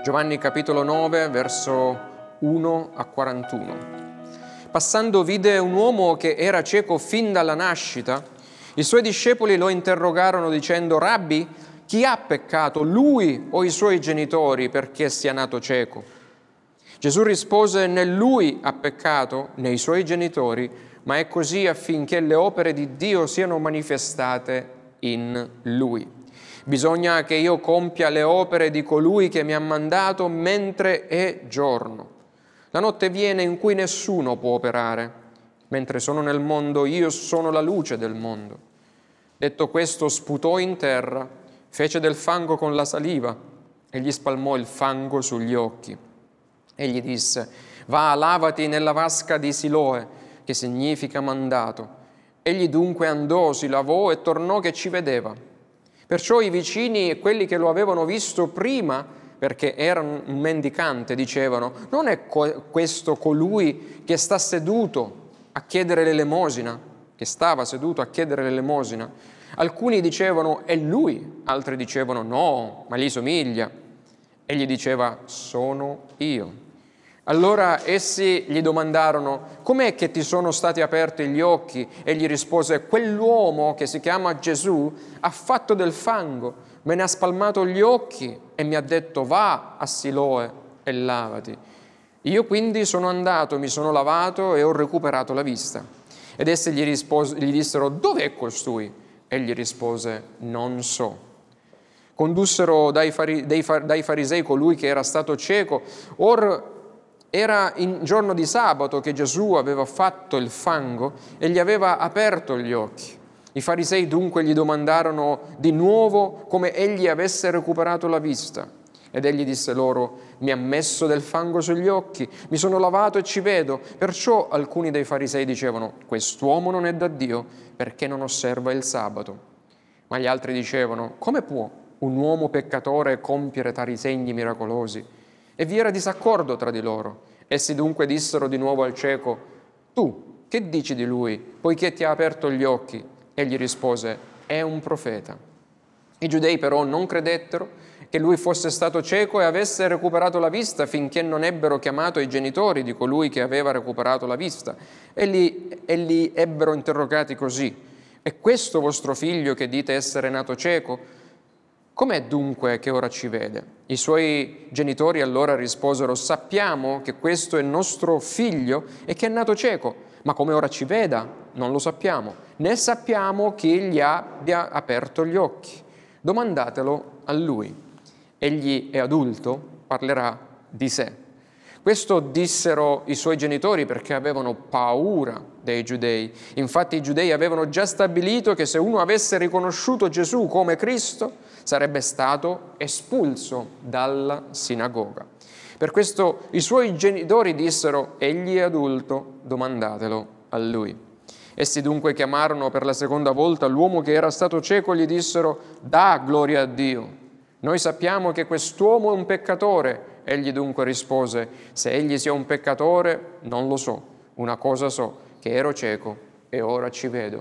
Giovanni capitolo 9, verso 1 a 41. Passando vide un uomo che era cieco fin dalla nascita. I suoi discepoli lo interrogarono dicendo: Rabbi, chi ha peccato, lui o i suoi genitori, perché sia nato cieco? Gesù rispose: né lui ha peccato, né i suoi genitori, ma è così affinché le opere di Dio siano manifestate in lui. Bisogna che io compia le opere di colui che mi ha mandato mentre è giorno. La notte viene in cui nessuno può operare. Mentre sono nel mondo, io sono la luce del mondo. Detto questo, sputò in terra, fece del fango con la saliva e gli spalmò il fango sugli occhi. Egli disse: va, lavati nella vasca di Siloe, che significa mandato. Egli dunque andò, si lavò e tornò che ci vedeva. Perciò i vicini e quelli che lo avevano visto prima, perché era un mendicante, dicevano: non è questo colui che sta seduto a chiedere l'elemosina? Che stava seduto a chiedere l'elemosina? Alcuni dicevano: è lui, altri dicevano: no, ma gli somiglia. Egli diceva: sono io. Allora essi gli domandarono: com'è che ti sono stati aperti gli occhi? Egli rispose: quell'uomo che si chiama Gesù ha fatto del fango, me ne ha spalmato gli occhi e mi ha detto: va a Siloe e lavati. Io quindi sono andato, mi sono lavato e ho recuperato la vista. Ed essi gli dissero: dov'è costui? Egli rispose: non so. Condussero dai farisei colui che era stato cieco. Or era in giorno di sabato che Gesù aveva fatto il fango e gli aveva aperto gli occhi. I farisei dunque gli domandarono di nuovo come egli avesse recuperato la vista. Ed egli disse loro: mi ha messo del fango sugli occhi, mi sono lavato e ci vedo. Perciò alcuni dei farisei dicevano: quest'uomo non è da Dio, perché non osserva il sabato. Ma gli altri dicevano: come può un uomo peccatore compiere tali segni miracolosi? E vi era disaccordo tra di loro. Essi dunque dissero di nuovo al cieco: tu, che dici di lui, poiché ti ha aperto gli occhi? Egli rispose: è un profeta. I giudei però non credettero che lui fosse stato cieco e avesse recuperato la vista finché non ebbero chiamato i genitori di colui che aveva recuperato la vista. E li ebbero interrogati così: è questo vostro figlio che dite essere nato cieco? Com'è dunque che ora ci vede? I suoi genitori allora risposero: sappiamo che questo è nostro figlio e che è nato cieco, ma come ora ci veda non lo sappiamo, né sappiamo chi gli abbia aperto gli occhi. Domandatelo a lui. Egli è adulto, parlerà di sé. Questo dissero i suoi genitori perché avevano paura dei giudei. Infatti i giudei avevano già stabilito che se uno avesse riconosciuto Gesù come Cristo sarebbe stato espulso dalla sinagoga. Per questo i suoi genitori dissero: egli è adulto, domandatelo a lui. Essi dunque chiamarono per la seconda volta l'uomo che era stato cieco e gli dissero: dà gloria a Dio. Noi sappiamo che quest'uomo è un peccatore. Egli dunque rispose: se egli sia un peccatore, non lo so. Una cosa so, che ero cieco e ora ci vedo.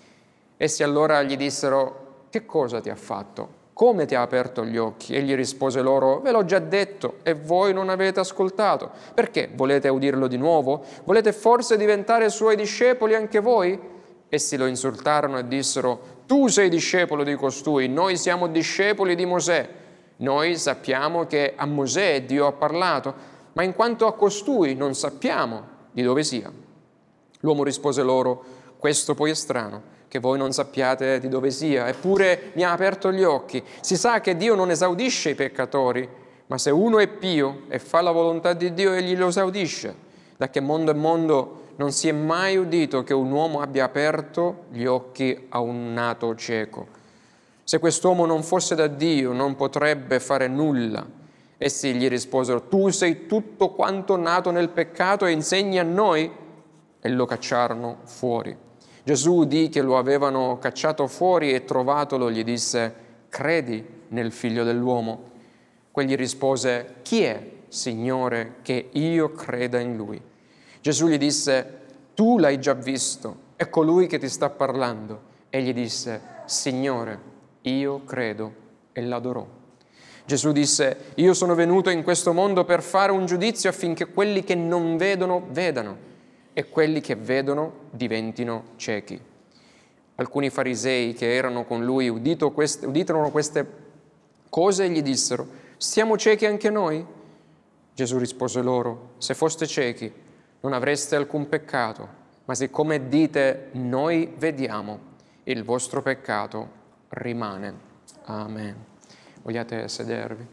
Essi allora gli dissero: che cosa ti ha fatto? Come ti ha aperto gli occhi? Egli rispose loro: ve l'ho già detto e voi non avete ascoltato. Perché volete udirlo di nuovo? Volete forse diventare suoi discepoli anche voi? Essi lo insultarono e dissero: tu sei discepolo di costui, noi siamo discepoli di Mosè. Noi sappiamo che a Mosè Dio ha parlato, ma in quanto a costui non sappiamo di dove sia. L'uomo rispose loro: questo poi è strano, che voi non sappiate di dove sia, eppure mi ha aperto gli occhi. Si sa che Dio non esaudisce i peccatori, ma se uno è pio e fa la volontà di Dio, egli lo esaudisce. Da che mondo è mondo non si è mai udito che un uomo abbia aperto gli occhi a un nato cieco. Se quest'uomo non fosse da Dio, non potrebbe fare nulla. Essi gli risposero: tu sei tutto quanto nato nel peccato e insegni a noi? E lo cacciarono fuori. Gesù udì che lo avevano cacciato fuori e trovatolo gli disse: credi nel Figlio dell'uomo? Quegli rispose: chi è, Signore, che io creda in lui? Gesù gli disse: tu l'hai già visto, è colui che ti sta parlando. Egli disse: Signore, io credo, e l'adorò. Gesù disse: io sono venuto in questo mondo per fare un giudizio affinché quelli che non vedono vedano e quelli che vedono diventino ciechi. Alcuni farisei che erano con lui uditono queste cose e gli dissero: siamo ciechi anche noi? Gesù rispose loro: se foste ciechi non avreste alcun peccato, ma siccome dite noi vediamo, il vostro peccato rimane. Amen. Vogliate sedervi?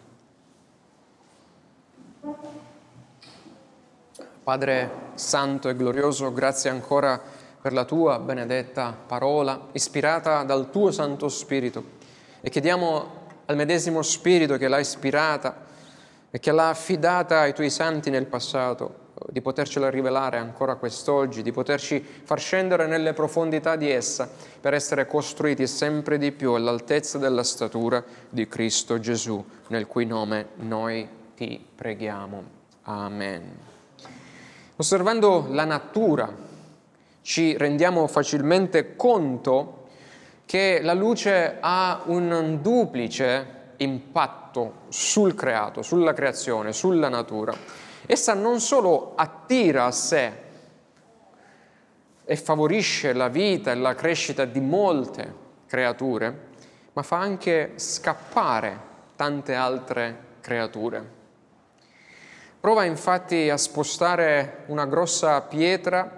Padre santo e glorioso, grazie ancora per la tua benedetta parola, ispirata dal tuo Santo Spirito, e chiediamo al medesimo Spirito che l'ha ispirata e che l'ha affidata ai tuoi santi nel passato, di potercela rivelare ancora quest'oggi, di poterci far scendere nelle profondità di essa per essere costruiti sempre di più all'altezza della statura di Cristo Gesù, nel cui nome noi ti preghiamo. Amen. Osservando la natura ci rendiamo facilmente conto che la luce ha un duplice impatto sul creato, sulla creazione, sulla natura. Essa non solo attira a sé e favorisce la vita e la crescita di molte creature, ma fa anche scappare tante altre creature. Prova infatti a spostare una grossa pietra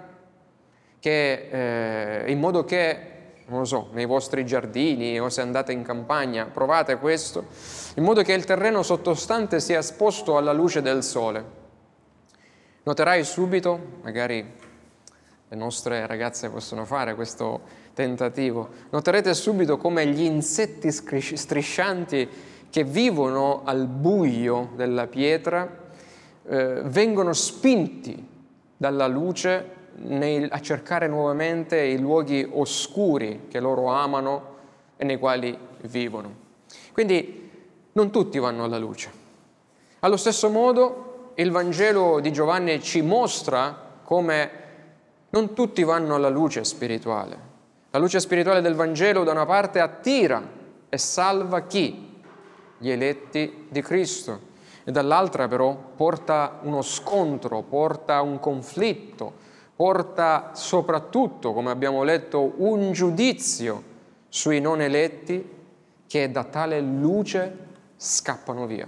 in modo che, non lo so, nei vostri giardini o se andate in campagna, provate questo, in modo che il terreno sottostante sia esposto alla luce del sole. Noterai subito, magari le nostre ragazze possono fare questo tentativo, noterete subito come gli insetti striscianti che vivono al buio della pietra vengono spinti dalla luce a cercare nuovamente i luoghi oscuri che loro amano e nei quali vivono. Quindi non tutti vanno alla luce. Allo stesso modo il Vangelo di Giovanni ci mostra come non tutti vanno alla luce spirituale. La luce spirituale del Vangelo da una parte attira e salva chi? Gli eletti di Cristo, e dall'altra però porta uno scontro, porta un conflitto, porta soprattutto, come abbiamo letto, un giudizio sui non eletti che da tale luce scappano via.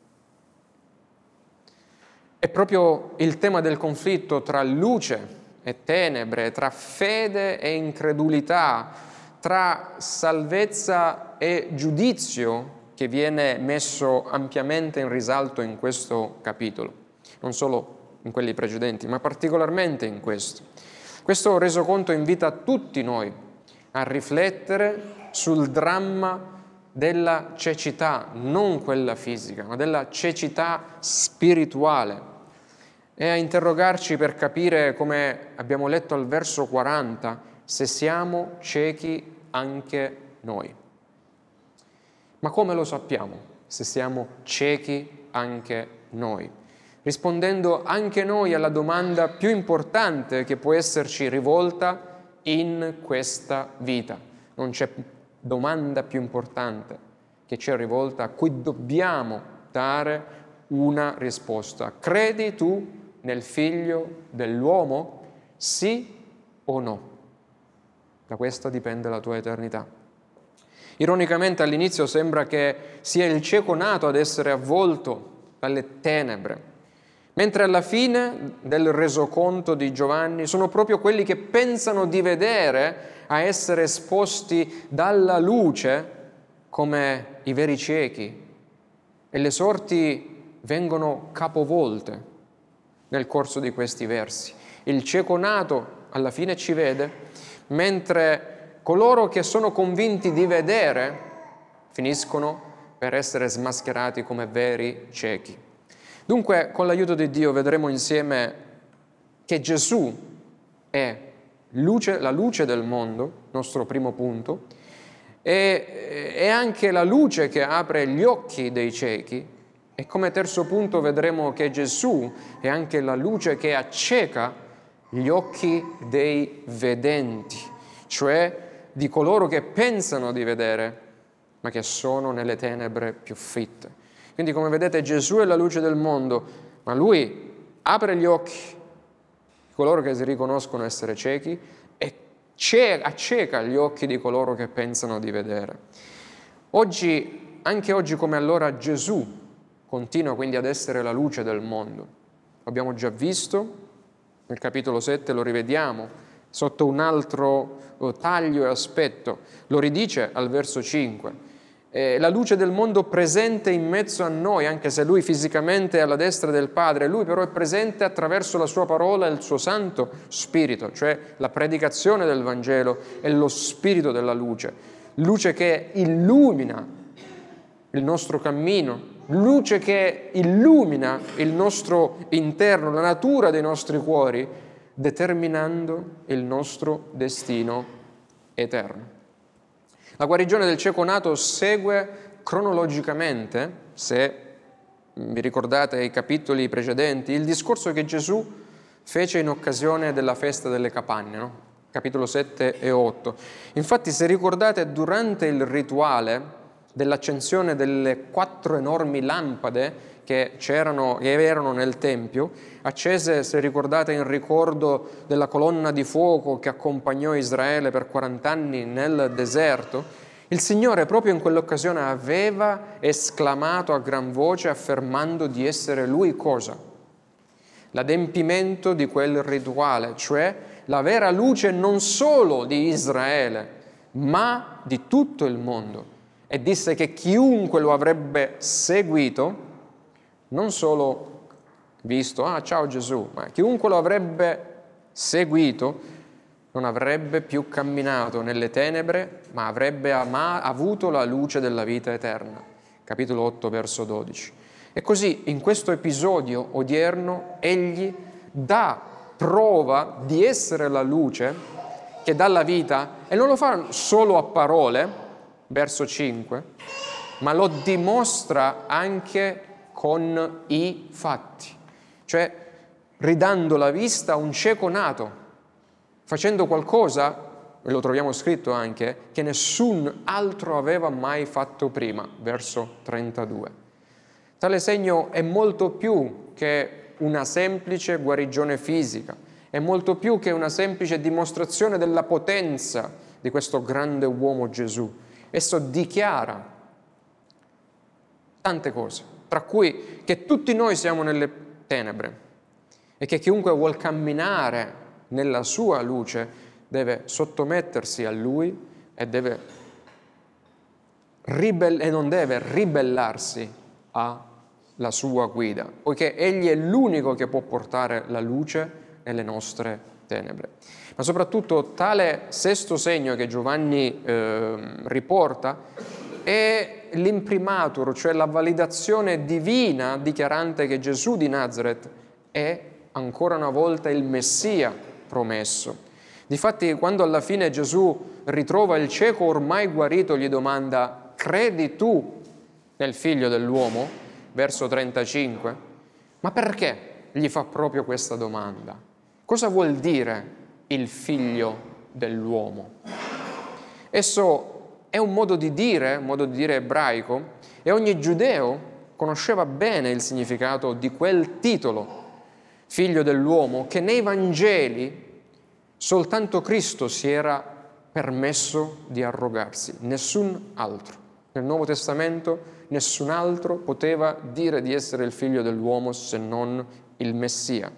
È proprio il tema del conflitto tra luce e tenebre, tra fede e incredulità, tra salvezza e giudizio che viene messo ampiamente in risalto in questo capitolo, non solo in quelli precedenti, ma particolarmente in questo. Questo resoconto invita tutti noi a riflettere sul dramma della cecità, non quella fisica, ma della cecità spirituale, e a interrogarci per capire, come abbiamo letto al verso 40, se siamo ciechi anche noi. Ma come lo sappiamo se siamo ciechi anche noi? Rispondendo anche noi alla domanda più importante che può esserci rivolta in questa vita. Non c'è domanda più importante che ci è rivolta a cui dobbiamo dare una risposta. Credi tu nel Figlio dell'uomo? Sì o no? Da questo dipende la tua eternità. Ironicamente all'inizio sembra che sia il cieco nato ad essere avvolto dalle tenebre, mentre alla fine del resoconto di Giovanni sono proprio quelli che pensano di vedere a essere esposti dalla luce come i veri ciechi, e le sorti vengono capovolte nel corso di questi versi. Il cieco nato alla fine ci vede, mentre coloro che sono convinti di vedere finiscono per essere smascherati come veri ciechi. Dunque, con l'aiuto di Dio vedremo insieme che Gesù è la luce del mondo, nostro primo punto, e è anche la luce che apre gli occhi dei ciechi, e come terzo punto vedremo che Gesù è anche la luce che acceca gli occhi dei vedenti, cioè di coloro che pensano di vedere, ma che sono nelle tenebre più fitte. Quindi come vedete Gesù è la luce del mondo, ma Lui apre gli occhi di coloro che si riconoscono essere ciechi e acceca gli occhi di coloro che pensano di vedere. Oggi, anche oggi come allora, Gesù continua quindi ad essere la luce del mondo. Lo abbiamo già visto, nel capitolo 7 lo rivediamo, sotto un altro taglio e aspetto, lo ridice al verso 5. La luce del mondo presente in mezzo a noi, anche se Lui fisicamente è alla destra del Padre, Lui però è presente attraverso la Sua parola e il Suo Santo Spirito, cioè la predicazione del Vangelo e lo Spirito della luce, luce che illumina il nostro cammino, luce che illumina il nostro interno, la natura dei nostri cuori, determinando il nostro destino eterno. La guarigione del cieco nato segue cronologicamente, se vi ricordate i capitoli precedenti, il discorso che Gesù fece in occasione della festa delle capanne, no? Capitolo 7 e 8. Infatti, se ricordate, durante il rituale dell'accensione delle 4 enormi lampade che erano nel Tempio, accese, se ricordate, in ricordo della colonna di fuoco che accompagnò Israele per 40 anni nel deserto, il Signore proprio in quell'occasione aveva esclamato a gran voce affermando di essere Lui cosa? L'adempimento di quel rituale, cioè la vera luce non solo di Israele, ma di tutto il mondo. E disse che chiunque lo avrebbe seguito, non solo visto, ciao Gesù, ma chiunque lo avrebbe seguito non avrebbe più camminato nelle tenebre, ma avrebbe avuto la luce della vita eterna. Capitolo 8, verso 12. E così, in questo episodio odierno, Egli dà prova di essere la luce che dà la vita, e non lo fa solo a parole, verso 5, ma lo dimostra anche con i fatti, cioè ridando la vista a un cieco nato, facendo qualcosa, e lo troviamo scritto anche, che nessun altro aveva mai fatto prima, verso 32. Tale segno è molto più che una semplice guarigione fisica, è molto più che una semplice dimostrazione della potenza di questo grande uomo Gesù. Esso dichiara tante cose, tra cui che tutti noi siamo nelle tenebre e che chiunque vuol camminare nella sua luce deve sottomettersi a Lui e non deve ribellarsi alla sua guida, poiché Egli è l'unico che può portare la luce nelle nostre tenebre. Ma soprattutto tale sesto segno che Giovanni riporta è l'imprimatur, cioè la validazione divina dichiarante che Gesù di Nazaret è ancora una volta il Messia promesso. Difatti, quando alla fine Gesù ritrova il cieco ormai guarito, gli domanda: credi tu nel Figlio dell'uomo? Verso 35. Ma perché gli fa proprio questa domanda? Cosa vuol dire il Figlio dell'uomo? Esso è un modo di dire ebraico, e ogni giudeo conosceva bene il significato di quel titolo, Figlio dell'uomo, che nei Vangeli soltanto Cristo si era permesso di arrogarsi, nessun altro. Nel Nuovo Testamento nessun altro poteva dire di essere il Figlio dell'uomo se non il Messia.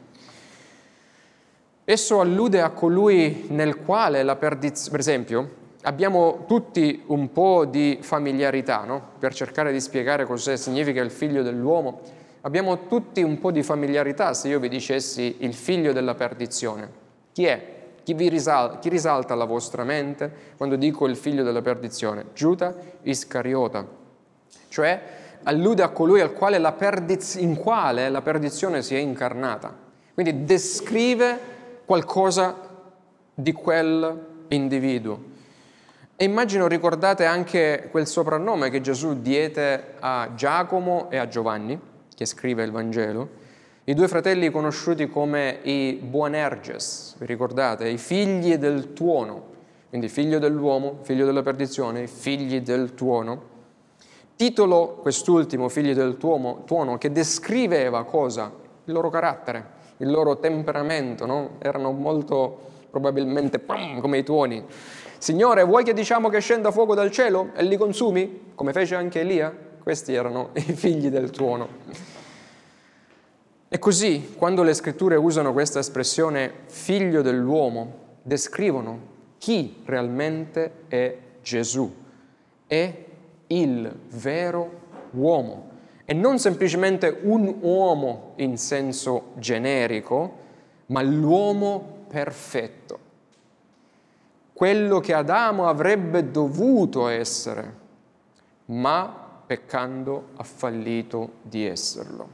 Esso allude a colui nel quale la perdizione, per esempio, abbiamo tutti un po' di familiarità, no? Per cercare di spiegare cosa significa il Figlio dell'uomo, abbiamo tutti un po' di familiarità se io vi dicessi il figlio della perdizione. Chi è? Chi risalta alla vostra mente quando dico il figlio della perdizione? Giuda Iscariota, cioè allude a colui in quale la perdizione si è incarnata. Quindi descrive qualcosa di quel individuo. E immagino ricordate anche quel soprannome che Gesù diede a Giacomo e a Giovanni, che scrive il Vangelo, i due fratelli conosciuti come i Boanerges, vi ricordate? I figli del tuono, quindi figlio dell'uomo, figlio della perdizione, i figli del tuono. titolo quest'ultimo, Figli del tuono, che descriveva cosa? Il loro carattere, il loro temperamento, no? Erano molto probabilmente come i tuoni. Signore, vuoi che diciamo che scenda fuoco dal cielo e li consumi? Come fece anche Elia? Questi erano i figli del tuono. E così, quando le scritture usano questa espressione figlio dell'uomo, descrivono chi realmente è Gesù. È il vero uomo. E non semplicemente un uomo in senso generico, ma l'uomo perfetto. Quello che Adamo avrebbe dovuto essere, ma peccando ha fallito di esserlo.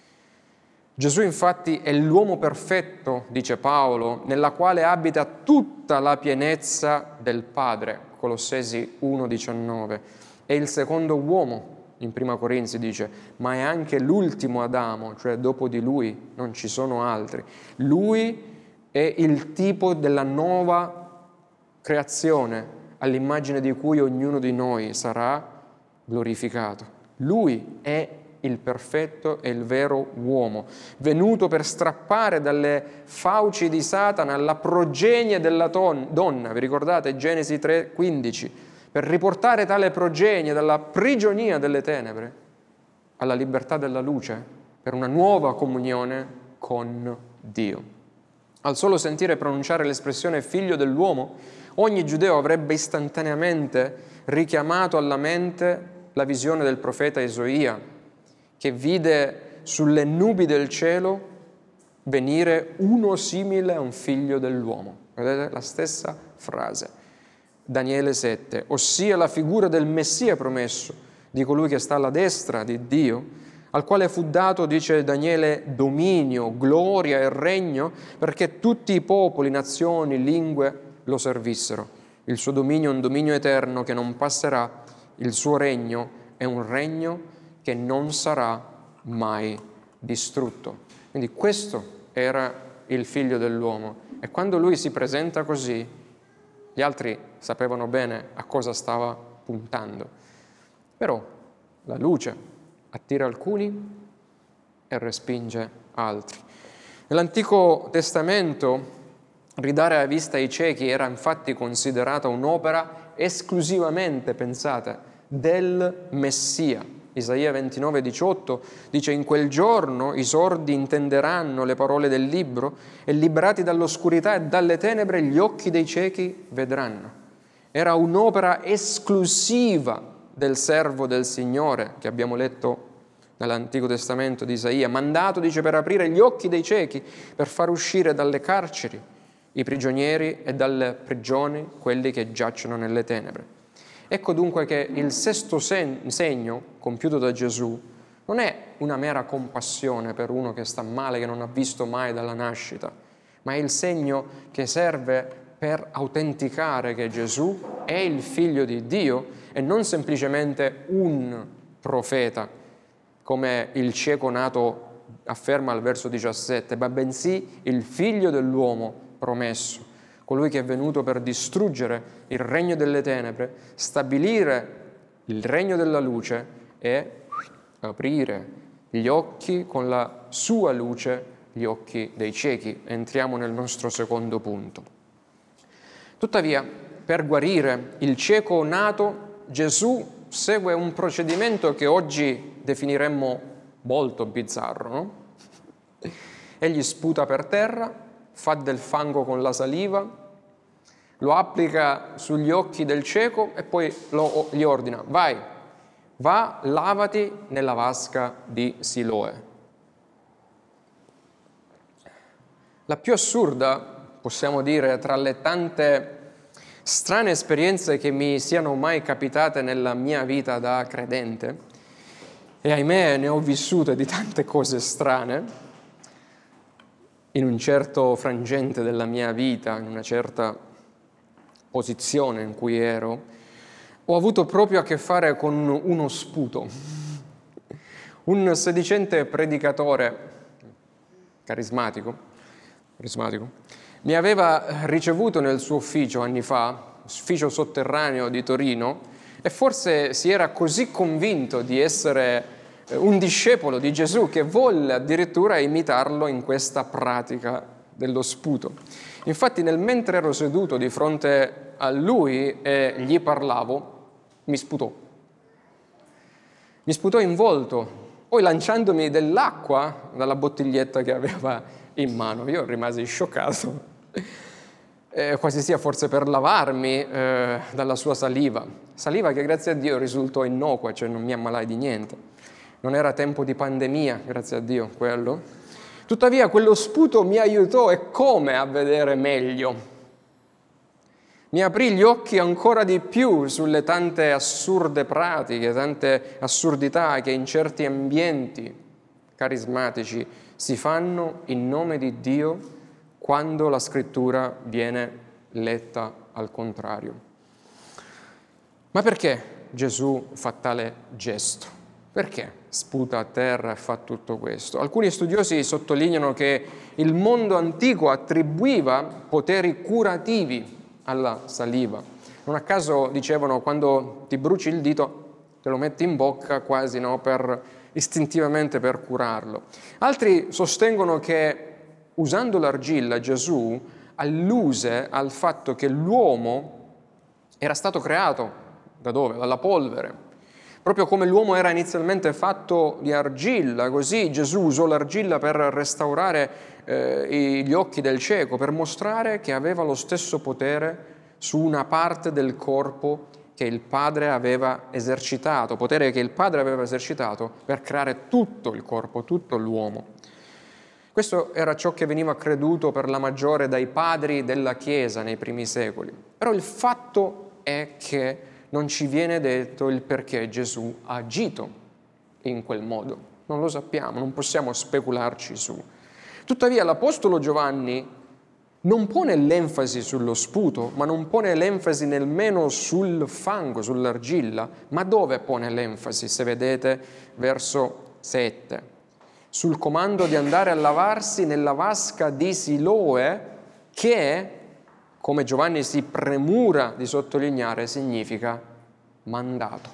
Gesù infatti è l'uomo perfetto, dice Paolo, nella quale abita tutta la pienezza del Padre, Colossesi 1,19. È il secondo uomo, in Prima Corinzi dice, ma è anche l'ultimo Adamo, cioè dopo di lui non ci sono altri. Lui è il tipo della nuova creazione, all'immagine di cui ognuno di noi sarà glorificato. Lui è il perfetto e il vero uomo, venuto per strappare dalle fauci di Satana la progenie della donna, vi ricordate Genesi 3,15, per riportare tale progenie dalla prigionia delle tenebre alla libertà della luce, per una nuova comunione con Dio. Al solo sentire pronunciare l'espressione figlio dell'uomo, ogni giudeo avrebbe istantaneamente richiamato alla mente la visione del profeta Isaia, che vide sulle nubi del cielo venire uno simile a un figlio dell'uomo. Vedete la stessa frase. Daniele 7, ossia la figura del Messia promesso, di colui che sta alla destra di Dio, al quale fu dato, dice Daniele, dominio, gloria e regno, perché tutti i popoli, nazioni, lingue lo servissero. Il suo dominio è un dominio eterno che non passerà, il suo regno è un regno che non sarà mai distrutto. Quindi questo era il figlio dell'uomo. E quando lui si presenta così, gli altri sapevano bene a cosa stava puntando. Però la luce attira alcuni e respinge altri. Nell'Antico Testamento ridare la vista ai ciechi era infatti considerata un'opera esclusivamente, pensate, del Messia. Isaia 29,18 dice: in quel giorno i sordi intenderanno le parole del libro e liberati dall'oscurità e dalle tenebre gli occhi dei ciechi vedranno. Era un'opera esclusiva del servo del Signore che abbiamo letto nell'Antico Testamento di Isaia, mandato, dice, per aprire gli occhi dei ciechi, per far uscire dalle carceri i prigionieri e dalle prigioni quelli che giacciono nelle tenebre. Ecco dunque che il sesto segno compiuto da Gesù non è una mera compassione per uno che sta male, che non ha visto mai dalla nascita, ma è il segno che serve per autenticare che Gesù è il Figlio di Dio e non semplicemente un profeta, come il cieco nato afferma al verso 17, ma bensì il Figlio dell'uomo promesso, colui che è venuto per distruggere il regno delle tenebre, stabilire il regno della luce e aprire gli occhi con la sua luce, gli occhi dei ciechi. Entriamo nel nostro secondo punto. Tuttavia, per guarire il cieco nato, Gesù segue un procedimento che oggi definiremmo molto bizzarro, no? Egli sputa per terra, fa del fango con la saliva, lo applica sugli occhi del cieco e poi gli ordina: va, lavati nella vasca di Siloe. La più assurda, possiamo dire, tra le tante strane esperienze che mi siano mai capitate nella mia vita da credente, e ahimè ne ho vissute di tante cose strane, in un certo frangente della mia vita, in una certa posizione in cui ero, ho avuto proprio a che fare con uno sputo. Un sedicente predicatore carismatico, mi aveva ricevuto nel suo ufficio anni fa, ufficio sotterraneo di Torino, E forse si era così convinto di essere un discepolo di Gesù che volle addirittura imitarlo in questa pratica dello sputo. Infatti, mentre ero seduto di fronte a lui e gli parlavo, mi sputò. Mi sputò in volto, poi lanciandomi dell'acqua dalla bottiglietta che aveva in mano. Io rimasi scioccato, quasi sia forse per lavarmi dalla sua saliva. Saliva che grazie a Dio risultò innocua, cioè non mi ammalai di niente. Non era tempo di pandemia, grazie a Dio, quello. Tuttavia quello sputo mi aiutò e come a vedere meglio. Mi aprì gli occhi ancora di più sulle tante assurde pratiche, tante assurdità che in certi ambienti carismatici si fanno in nome di Dio quando la scrittura viene letta al contrario. Ma perché Gesù fa tale gesto? Perché sputa a terra e fa tutto questo? Alcuni studiosi sottolineano che il mondo antico attribuiva poteri curativi alla saliva. Non a caso dicevano quando ti bruci il dito te lo metti in bocca quasi istintivamente per curarlo. Altri sostengono che usando l'argilla Gesù alluse al fatto che l'uomo era stato creato da dove? Dalla polvere. Proprio come l'uomo era inizialmente fatto di argilla, così Gesù usò l'argilla per restaurare gli occhi del cieco, per mostrare che aveva lo stesso potere su una parte del corpo che il Padre aveva esercitato, potere che il Padre aveva esercitato per creare tutto il corpo, tutto l'uomo. Questo era ciò che veniva creduto per la maggiore dai padri della Chiesa nei primi secoli. Però il fatto è che non ci viene detto il perché Gesù ha agito in quel modo. Non lo sappiamo, non possiamo specularci su. Tuttavia l'Apostolo Giovanni non pone l'enfasi sullo sputo, ma non pone l'enfasi nemmeno sul fango, sull'argilla, ma dove pone l'enfasi? Se vedete verso 7, sul comando di andare a lavarsi nella vasca di Siloe, che, come Giovanni si premura di sottolineare, significa mandato.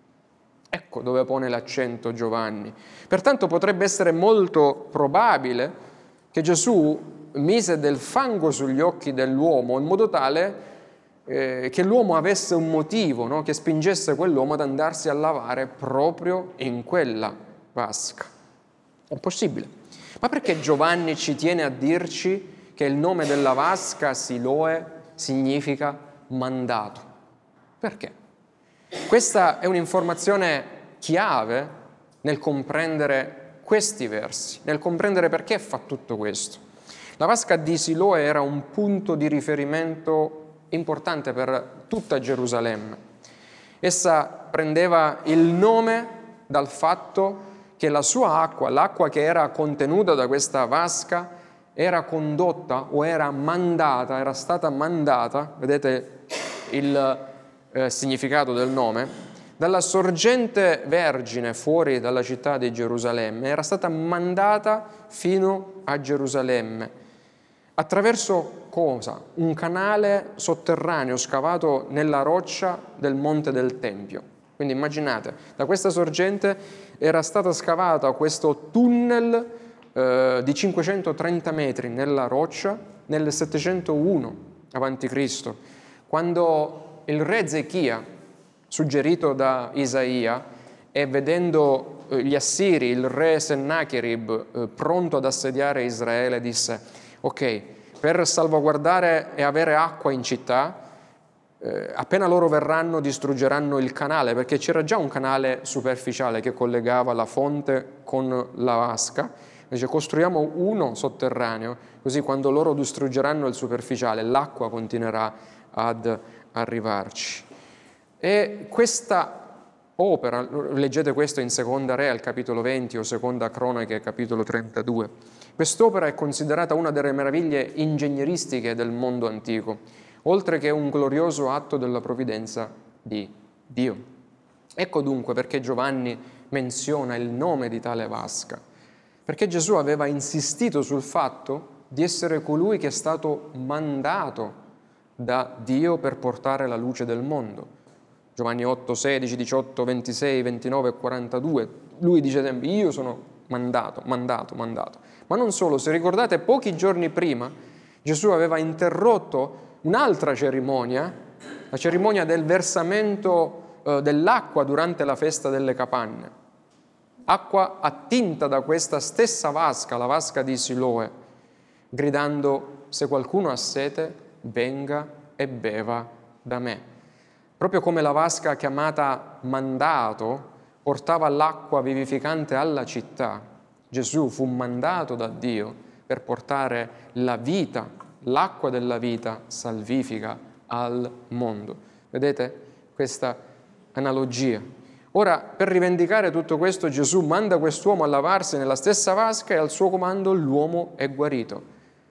Ecco dove pone l'accento Giovanni. Pertanto potrebbe essere molto probabile che Gesù mise del fango sugli occhi dell'uomo in modo tale che l'uomo avesse un motivo, no? Che spingesse quell'uomo ad andarsi a lavare proprio in quella vasca. È possibile. Ma perché Giovanni ci tiene a dirci che il nome della vasca, Siloe, significa mandato? Perché? Questa è un'informazione chiave nel comprendere questi versi, nel comprendere perché fa tutto questo. La vasca di Siloe era un punto di riferimento importante per tutta Gerusalemme. Essa prendeva il nome dal fatto che la sua acqua, l'acqua che era contenuta da questa vasca, era condotta o era mandata, era stata mandata, vedete il significato del nome, dalla sorgente vergine fuori dalla città di Gerusalemme, era stata mandata fino a Gerusalemme. Attraverso cosa? Un canale sotterraneo scavato nella roccia del Monte del Tempio. Quindi immaginate, da questa sorgente era stata scavata questo tunnel di 530 metri nella roccia nel 701 a.C., quando il re Ezechia, suggerito da Isaia, e vedendo gli assiri, il re Sennacherib, pronto ad assediare Israele, disse: ok, per salvaguardare e avere acqua in città, appena loro verranno distruggeranno il canale, perché c'era già un canale superficiale che collegava la fonte con la vasca. Dice: costruiamo uno sotterraneo, così quando loro distruggeranno il superficiale l'acqua continuerà ad arrivarci. E questa opera, leggete questo in Seconda Re al capitolo 20 o Seconda Cronache capitolo 32, quest'opera è considerata una delle meraviglie ingegneristiche del mondo antico, oltre che un glorioso atto della provvidenza di Dio. Ecco dunque perché Giovanni menziona il nome di tale vasca, perché Gesù aveva insistito sul fatto di essere colui che è stato mandato da Dio per portare la luce del mondo. Giovanni 8, 16, 18, 26, 29 e 42. Lui dice sempre, io sono mandato. Ma non solo, se ricordate, pochi giorni prima Gesù aveva interrotto un'altra cerimonia, la cerimonia del versamento dell'acqua durante la festa delle capanne. Acqua attinta da questa stessa vasca, la vasca di Siloe, gridando, se qualcuno ha sete, venga e beva da me. Proprio come la vasca chiamata mandato portava l'acqua vivificante alla città, Gesù fu mandato da Dio per portare la vita, l'acqua della vita salvifica al mondo. Vedete questa analogia? Ora, per rivendicare tutto questo, Gesù manda quest'uomo a lavarsi nella stessa vasca e al suo comando l'uomo è guarito.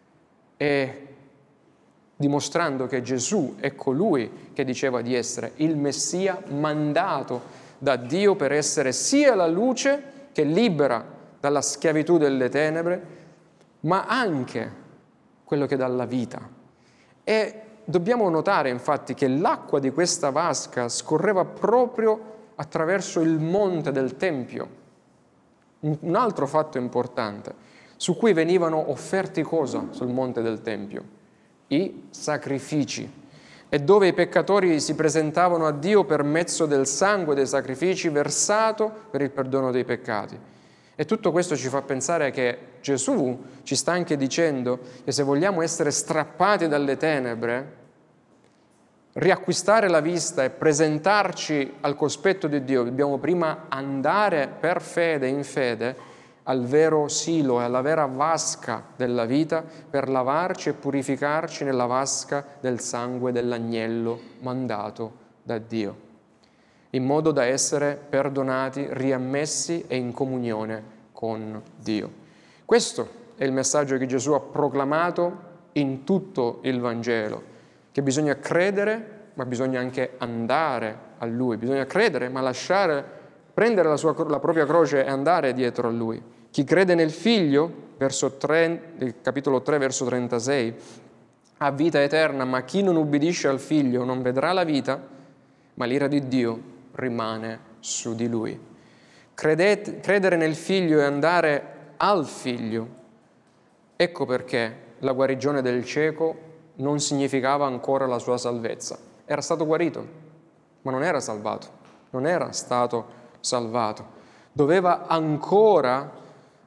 E dimostrando che Gesù è colui che diceva di essere il Messia mandato da Dio per essere sia la luce che libera dalla schiavitù delle tenebre, ma anche quello che dà la vita. E dobbiamo notare infatti che l'acqua di questa vasca scorreva proprio attraverso il monte del Tempio. Un altro fatto importante, su cui venivano offerti cosa sul monte del Tempio? I sacrifici, e dove i peccatori si presentavano a Dio per mezzo del sangue dei sacrifici versato per il perdono dei peccati. E tutto questo ci fa pensare che Gesù ci sta anche dicendo che se vogliamo essere strappati dalle tenebre, riacquistare la vista e presentarci al cospetto di Dio, dobbiamo prima andare per fede, in fede, al vero silo e alla vera vasca della vita per lavarci e purificarci nella vasca del sangue dell'agnello mandato da Dio, in modo da essere perdonati, riammessi e in comunione con Dio. Questo è il messaggio che Gesù ha proclamato in tutto il Vangelo, che bisogna credere, ma bisogna anche andare a Lui. Bisogna credere, ma prendere la propria croce e andare dietro a Lui. Chi crede nel Figlio, capitolo 3, verso 36, ha vita eterna, ma chi non ubbidisce al Figlio non vedrà la vita, ma l'ira di Dio rimane su di Lui. Credere nel Figlio e andare al Figlio. Ecco perché la guarigione del cieco non significava ancora la sua salvezza. Era stato guarito, ma non era salvato, non era stato salvato. Doveva ancora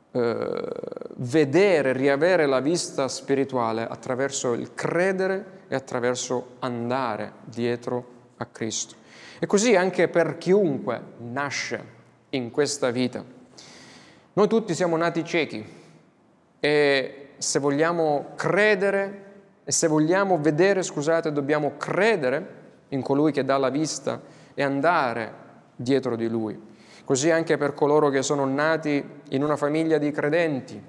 vedere, riavere la vista spirituale attraverso il credere e attraverso andare dietro a Cristo. E così anche per chiunque nasce in questa vita. Noi tutti siamo nati ciechi e se vogliamo credere e se vogliamo vedere, dobbiamo credere in colui che dà la vista e andare dietro di Lui. Così anche per coloro che sono nati in una famiglia di credenti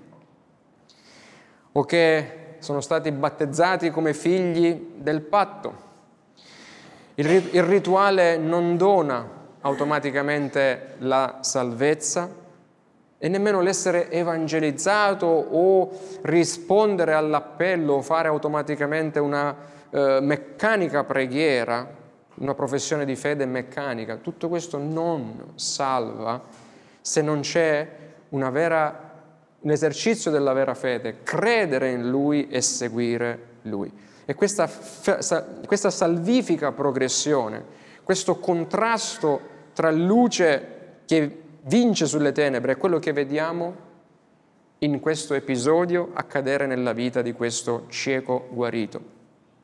o che sono stati battezzati come figli del patto. Il rituale non dona automaticamente la salvezza e nemmeno l'essere evangelizzato o rispondere all'appello o fare automaticamente una meccanica preghiera, una professione di fede meccanica. Tutto questo non salva se non c'è un esercizio della vera fede, credere in Lui e seguire Lui. E questa salvifica progressione, questo contrasto tra luce che vince sulle tenebre è quello che vediamo in questo episodio accadere nella vita di questo cieco guarito.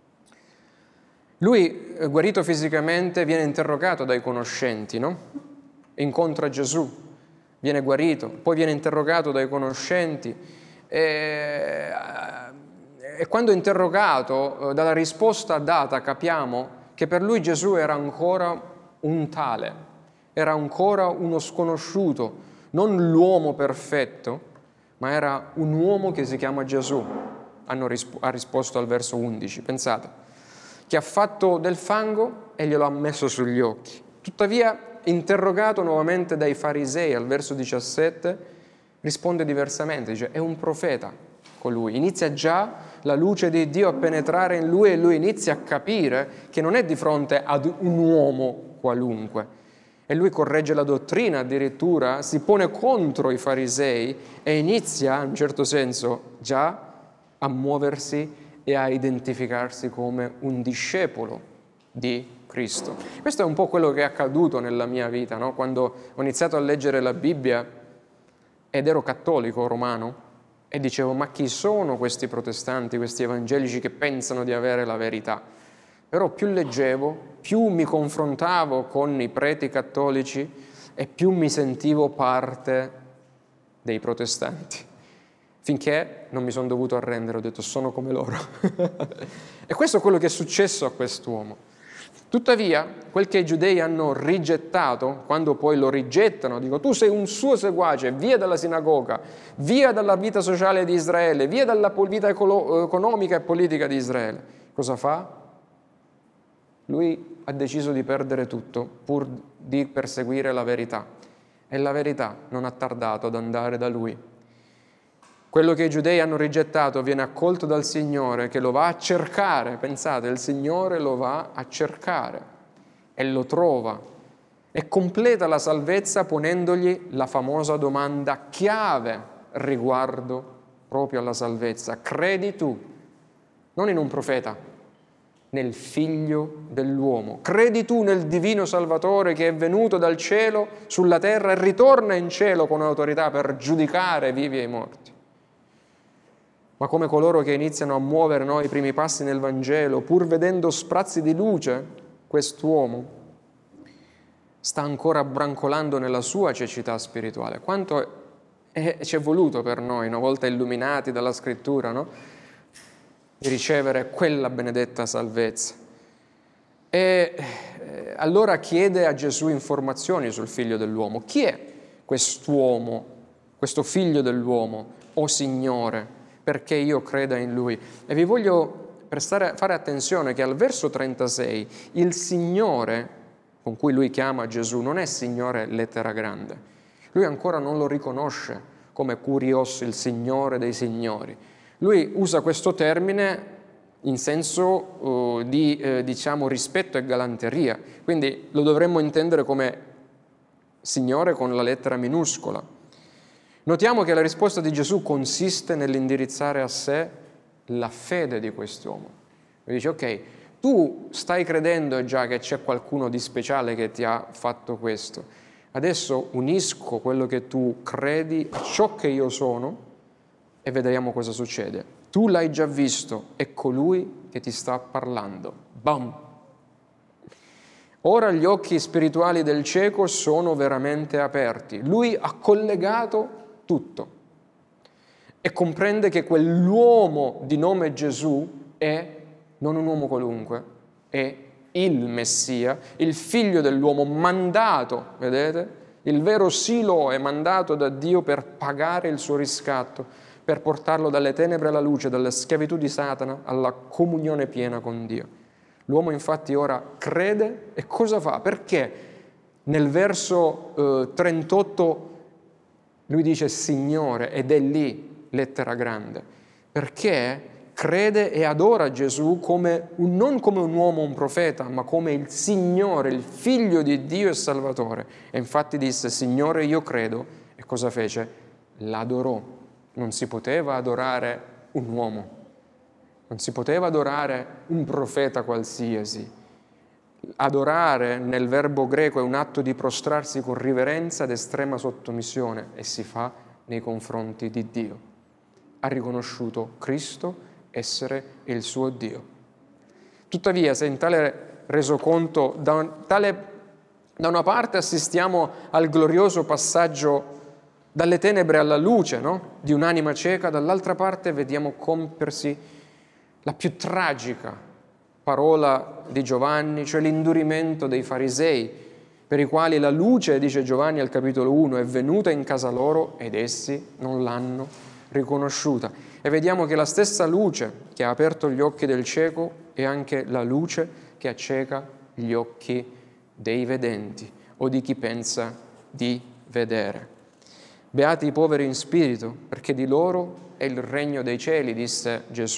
Lui, guarito fisicamente, viene interrogato dai conoscenti, no? Incontra Gesù, viene guarito, poi viene interrogato dai conoscenti e quando è interrogato, dalla risposta data capiamo che per lui Gesù era ancora un tale, era ancora uno sconosciuto, non l'uomo perfetto, ma era un uomo che si chiama Gesù. Ha risposto al verso 11, pensate, che ha fatto del fango e glielo ha messo sugli occhi. Tuttavia, interrogato nuovamente dai farisei al verso 17, risponde diversamente, dice è un profeta colui. Inizia già la luce di Dio a penetrare in lui e lui inizia a capire che non è di fronte ad un uomo qualunque. E lui corregge la dottrina addirittura, si pone contro i farisei e inizia, in un certo senso, già a muoversi e a identificarsi come un discepolo di Cristo. Questo è un po' quello che è accaduto nella mia vita, no? Quando ho iniziato a leggere la Bibbia ed ero cattolico romano e dicevo: ma chi sono questi protestanti, questi evangelici che pensano di avere la verità? Però più leggevo, più mi confrontavo con i preti cattolici e più mi sentivo parte dei protestanti. Finché non mi sono dovuto arrendere, ho detto: sono come loro. E questo è quello che è successo a quest'uomo. Tuttavia, quel che i giudei hanno rigettato, quando poi lo rigettano, dico: tu sei un suo seguace, via dalla sinagoga, via dalla vita sociale di Israele, via dalla vita economica e politica di Israele. Cosa fa? Lui ha deciso di perdere tutto pur di perseguire la verità. E la verità non ha tardato ad andare da lui. Quello che i giudei hanno rigettato viene accolto dal Signore, che lo va a cercare. Pensate, il Signore lo va a cercare e lo trova e completa la salvezza ponendogli la famosa domanda chiave riguardo proprio alla salvezza. Credi tu, non in un profeta, nel Figlio dell'uomo. Credi tu nel divino Salvatore che è venuto dal cielo sulla terra e ritorna in cielo con autorità per giudicare vivi e morti. Ma come coloro che iniziano a muovere i primi passi nel Vangelo, pur vedendo sprazzi di luce, quest'uomo sta ancora brancolando nella sua cecità spirituale. Quanto ci è voluto per noi, una volta illuminati dalla Scrittura, no? Di ricevere quella benedetta salvezza. E allora chiede a Gesù informazioni sul Figlio dell'uomo. Chi è quest'uomo, questo Figlio dell'uomo, o Signore? Perché io creda in Lui. E vi voglio fare attenzione che al verso 36 il Signore, con cui Lui chiama Gesù, non è Signore lettera grande. Lui ancora non lo riconosce come Kurios, il Signore dei Signori. Lui usa questo termine in senso di rispetto e galanteria. Quindi lo dovremmo intendere come Signore con la lettera minuscola. Notiamo che la risposta di Gesù consiste nell'indirizzare a sé la fede di quest'uomo. Lui dice: ok, tu stai credendo già che c'è qualcuno di speciale che ti ha fatto questo. Adesso unisco quello che tu credi a ciò che io sono e vedremo cosa succede. Tu l'hai già visto, è colui che ti sta parlando. Bam! Ora gli occhi spirituali del cieco sono veramente aperti. Lui ha collegato tutto e comprende che quell'uomo di nome Gesù è non un uomo qualunque, è il Messia, il figlio dell'uomo mandato, vedete? Il vero Silo è mandato da Dio per pagare il suo riscatto, per portarlo dalle tenebre alla luce, dalla schiavitù di Satana alla comunione piena con Dio. L'uomo infatti ora crede e cosa fa? Perché nel verso 38 lui dice Signore ed è lì lettera grande? Perché crede e adora Gesù non come un uomo, un profeta, ma come il Signore, il Figlio di Dio e Salvatore. E infatti disse Signore io credo. E cosa fece? L'adorò. Non si poteva adorare un uomo, non si poteva adorare un profeta qualsiasi. Adorare nel verbo greco è un atto di prostrarsi con riverenza ed estrema sottomissione e si fa nei confronti di Dio. Ha riconosciuto Cristo essere il suo Dio. Tuttavia, se in tale resoconto, da una parte assistiamo al glorioso passaggio dalle tenebre alla luce, no? Di un'anima cieca, dall'altra parte vediamo compiersi la più tragica parola di Giovanni, cioè l'indurimento dei farisei, per i quali la luce, dice Giovanni al capitolo 1, è venuta in casa loro ed essi non l'hanno riconosciuta. E vediamo che la stessa luce che ha aperto gli occhi del cieco è anche la luce che acceca gli occhi dei vedenti o di chi pensa di vedere. Beati i poveri in spirito, perché di loro è il regno dei cieli, disse Gesù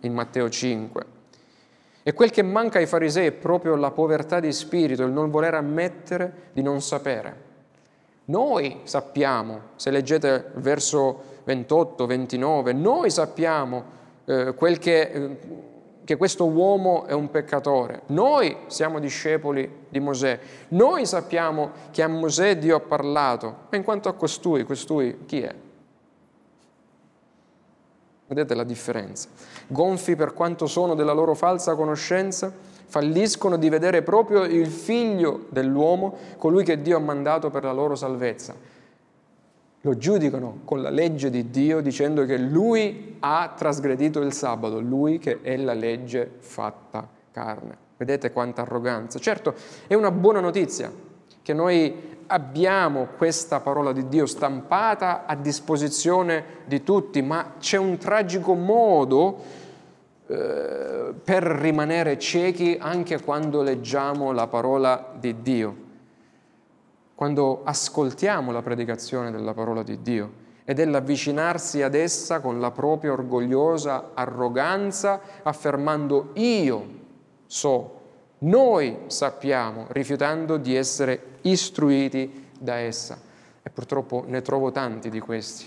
in Matteo 5. E quel che manca ai farisei è proprio la povertà di spirito, il non voler ammettere di non sapere. Noi sappiamo, se leggete il verso 28, 29, noi sappiamo che questo uomo è un peccatore. Noi siamo discepoli di Mosè. Noi sappiamo che a Mosè Dio ha parlato. Ma in quanto a costui chi è? Vedete la differenza? Gonfi per quanto sono della loro falsa conoscenza, falliscono di vedere proprio il figlio dell'uomo, colui che Dio ha mandato per la loro salvezza. Lo giudicano con la legge di Dio dicendo che lui ha trasgredito il sabato, lui che è la legge fatta carne. Vedete quanta arroganza. Certo, è una buona notizia che noi abbiamo questa parola di Dio stampata a disposizione di tutti, ma c'è un tragico modo per rimanere ciechi anche quando leggiamo la parola di Dio, quando ascoltiamo la predicazione della parola di Dio, ed è l'avvicinarsi ad essa con la propria orgogliosa arroganza, affermando io so, noi sappiamo, rifiutando di essere istruiti da essa. E purtroppo ne trovo tanti di questi,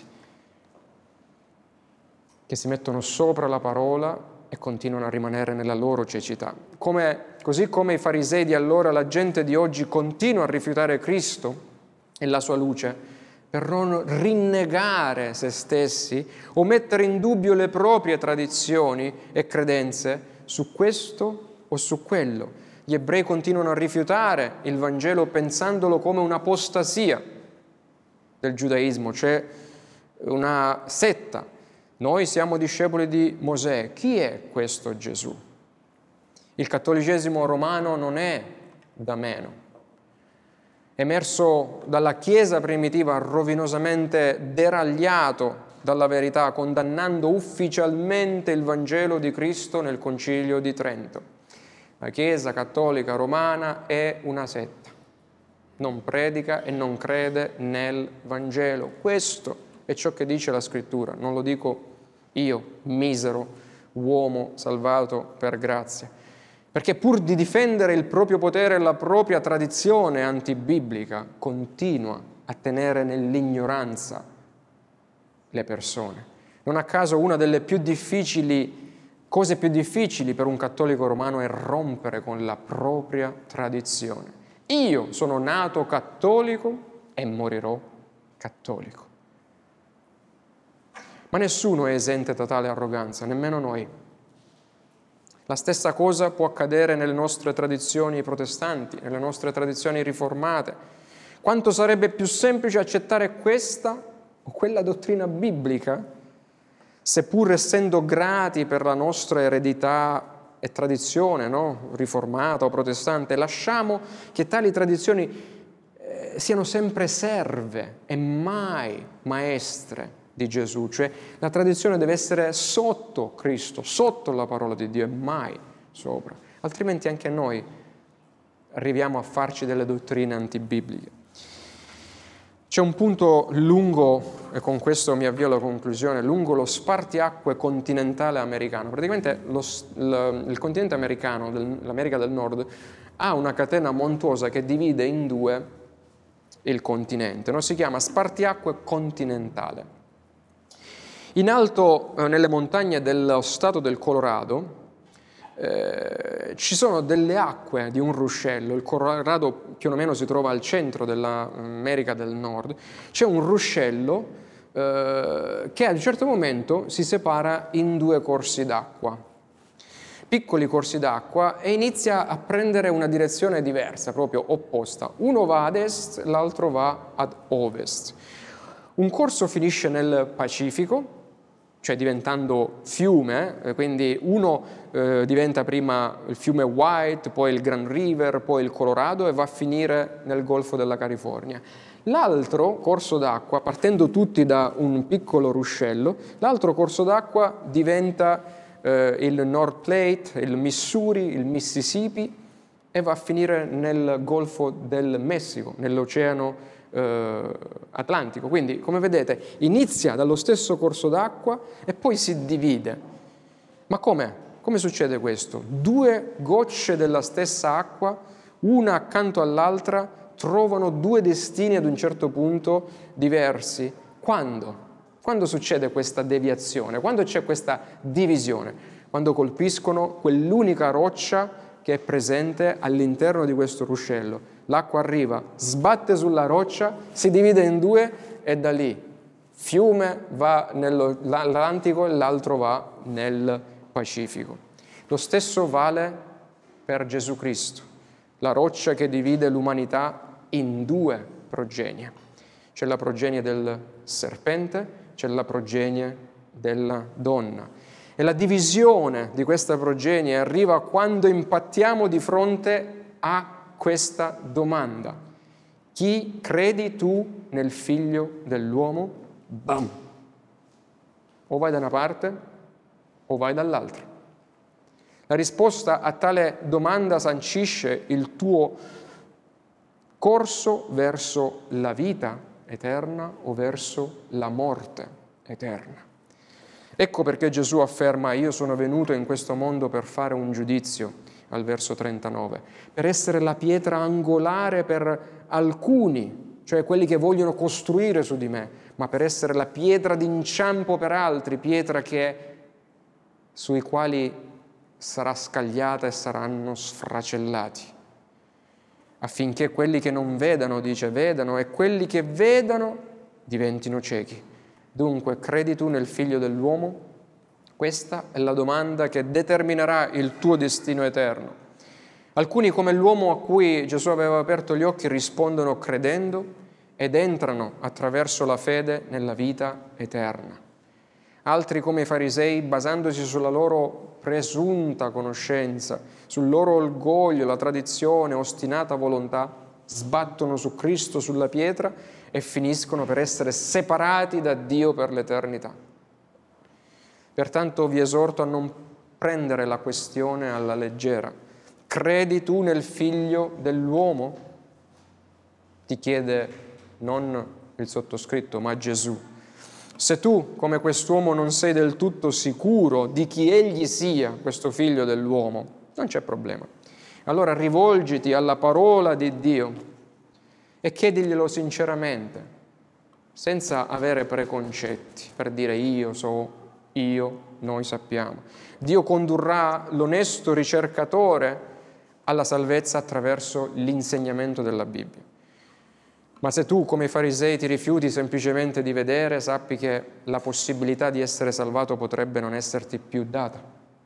che si mettono sopra la parola e continuano a rimanere nella loro cecità. Così come i farisei di allora, la gente di oggi continua a rifiutare Cristo e la sua luce per non rinnegare se stessi o mettere in dubbio le proprie tradizioni e credenze su questo o su quello. Gli ebrei continuano a rifiutare il Vangelo pensandolo come un'apostasia del giudaismo, cioè una setta. Noi siamo discepoli di Mosè. Chi è questo Gesù? Il cattolicesimo romano non è da meno. Emerso dalla Chiesa primitiva, rovinosamente deragliato dalla verità, condannando ufficialmente il Vangelo di Cristo nel Concilio di Trento. La Chiesa cattolica romana è una setta. Non predica e non crede nel Vangelo. Questo è ciò che dice la Scrittura, non lo dico io, misero uomo salvato per grazia. Perché pur di difendere il proprio potere e la propria tradizione antibiblica, continua a tenere nell'ignoranza le persone. Non a caso una delle cose più difficili per un cattolico romano è rompere con la propria tradizione. Io sono nato cattolico e morirò cattolico. Ma nessuno è esente da tale arroganza, nemmeno noi. La stessa cosa può accadere nelle nostre tradizioni protestanti, nelle nostre tradizioni riformate. Quanto sarebbe più semplice accettare questa o quella dottrina biblica, seppur essendo grati per la nostra eredità e tradizione, no? Riformata o protestante, lasciamo che tali tradizioni siano sempre serve e mai maestre di Gesù, cioè la tradizione deve essere sotto Cristo, sotto la parola di Dio e mai sopra, altrimenti anche noi arriviamo a farci delle dottrine antibibliche. C'è un punto lungo, e con questo mi avvio alla conclusione, lungo lo spartiacque continentale americano. Praticamente il continente americano, l'America del Nord, ha una catena montuosa che divide in due il continente, no? Si chiama spartiacque continentale. In alto, nelle montagne dello stato del Colorado, ci sono delle acque di un ruscello. Il Colorado più o meno si trova al centro dell'America del Nord. C'è un ruscello che a un certo momento si separa in due corsi d'acqua, piccoli corsi d'acqua, e inizia a prendere una direzione diversa, proprio opposta. Uno va ad est, l'altro va ad ovest. Un corso finisce nel Pacifico, cioè diventando fiume, quindi uno diventa prima il fiume White, poi il Grand River, poi il Colorado e va a finire nel Golfo della California. L'altro corso d'acqua, partendo tutti da un piccolo ruscello, l'altro corso d'acqua diventa il North Platte, il Missouri, il Mississippi e va a finire nel Golfo del Messico, nell'Oceano Atlantico. Quindi, come vedete, inizia dallo stesso corso d'acqua e poi si divide. Ma com'è? Come succede questo? 2 gocce della stessa acqua, una accanto all'altra, trovano 2 destini ad un certo punto diversi. Quando? Quando succede questa deviazione? Quando c'è questa divisione? Quando colpiscono quell'unica roccia che è presente all'interno di questo ruscello. L'acqua arriva, sbatte sulla roccia, si divide in 2 e da lì fiume va nell'Atlantico e l'altro va nel Pacifico. Lo stesso vale per Gesù Cristo, la roccia che divide l'umanità in 2 progenie. C'è la progenie del serpente, c'è la progenie della donna. E la divisione di questa progenie arriva quando impattiamo di fronte a questa domanda. Chi credi tu nel Figlio dell'uomo? Bam! O vai da una parte o vai dall'altra. La risposta a tale domanda sancisce il tuo corso verso la vita eterna o verso la morte eterna. Ecco perché Gesù afferma: io sono venuto in questo mondo per fare un giudizio, al verso 39, per essere la pietra angolare per alcuni, cioè quelli che vogliono costruire su di me, ma per essere la pietra d'inciampo per altri, pietra sui quali sarà scagliata e saranno sfracellati, affinché quelli che non vedano, dice, vedano, e quelli che vedano diventino ciechi. Dunque, credi tu nel Figlio dell'uomo? Questa è la domanda che determinerà il tuo destino eterno. Alcuni, come l'uomo a cui Gesù aveva aperto gli occhi, rispondono credendo ed entrano attraverso la fede nella vita eterna. Altri, come i farisei, basandosi sulla loro presunta conoscenza, sul loro orgoglio, la tradizione, ostinata volontà, sbattono su Cristo, sulla pietra, e finiscono per essere separati da Dio per l'eternità. Pertanto vi esorto a non prendere la questione alla leggera. Credi tu nel Figlio dell'uomo? Ti chiede non il sottoscritto, ma Gesù. Se tu, come quest'uomo, non sei del tutto sicuro di chi egli sia, questo Figlio dell'uomo, non c'è problema. Allora rivolgiti alla parola di Dio e chiediglielo sinceramente, senza avere preconcetti, per dire io so, noi sappiamo. Dio condurrà l'onesto ricercatore alla salvezza attraverso l'insegnamento della Bibbia. Ma se tu, come i farisei, ti rifiuti semplicemente di vedere, sappi che la possibilità di essere salvato potrebbe non esserti più data.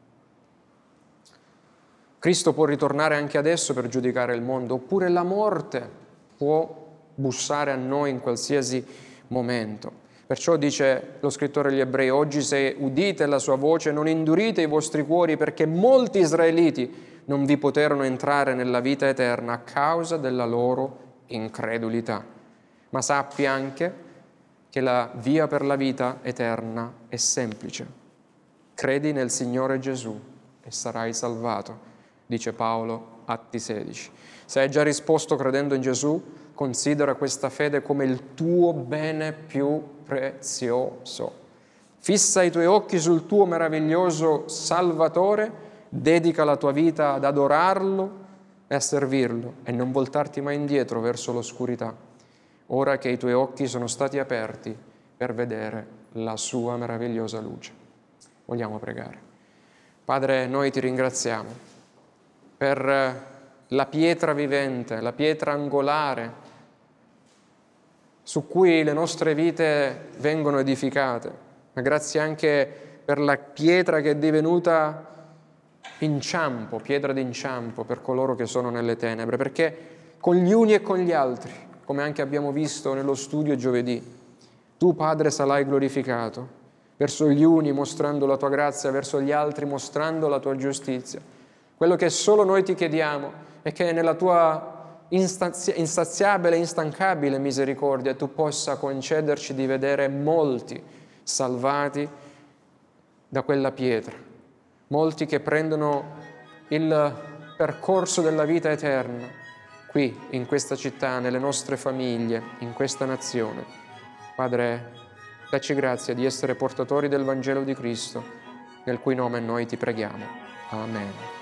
Cristo può ritornare anche adesso per giudicare il mondo, oppure la morte può bussare a noi in qualsiasi momento. Perciò dice lo scrittore agli Ebrei: oggi se udite la sua voce non indurite i vostri cuori, perché molti israeliti non vi poterono entrare nella vita eterna a causa della loro incredulità. Ma sappi anche che la via per la vita eterna è semplice. Credi nel Signore Gesù e sarai salvato, dice Paolo, Atti 16. Se hai già risposto credendo in Gesù, considera questa fede come il tuo bene più prezioso. Fissa i tuoi occhi sul tuo meraviglioso Salvatore, dedica la tua vita ad adorarlo e a servirlo e non voltarti mai indietro verso l'oscurità, ora che i tuoi occhi sono stati aperti per vedere la sua meravigliosa luce. Vogliamo pregare. Padre, noi ti ringraziamo per la pietra vivente, la pietra angolare su cui le nostre vite vengono edificate, ma grazie anche per la pietra che è divenuta inciampo, pietra d'inciampo per coloro che sono nelle tenebre, perché con gli uni e con gli altri, come anche abbiamo visto nello studio giovedì, tu, Padre, sarai glorificato, verso gli uni mostrando la tua grazia, verso gli altri mostrando la tua giustizia. Quello che solo noi ti chiediamo è che nella tua insaziabile e instancabile misericordia tu possa concederci di vedere molti salvati da quella pietra, molti che prendono il percorso della vita eterna qui, in questa città, nelle nostre famiglie, in questa nazione. Padre, dacci grazia di essere portatori del Vangelo di Cristo nel cui nome noi ti preghiamo. Amen.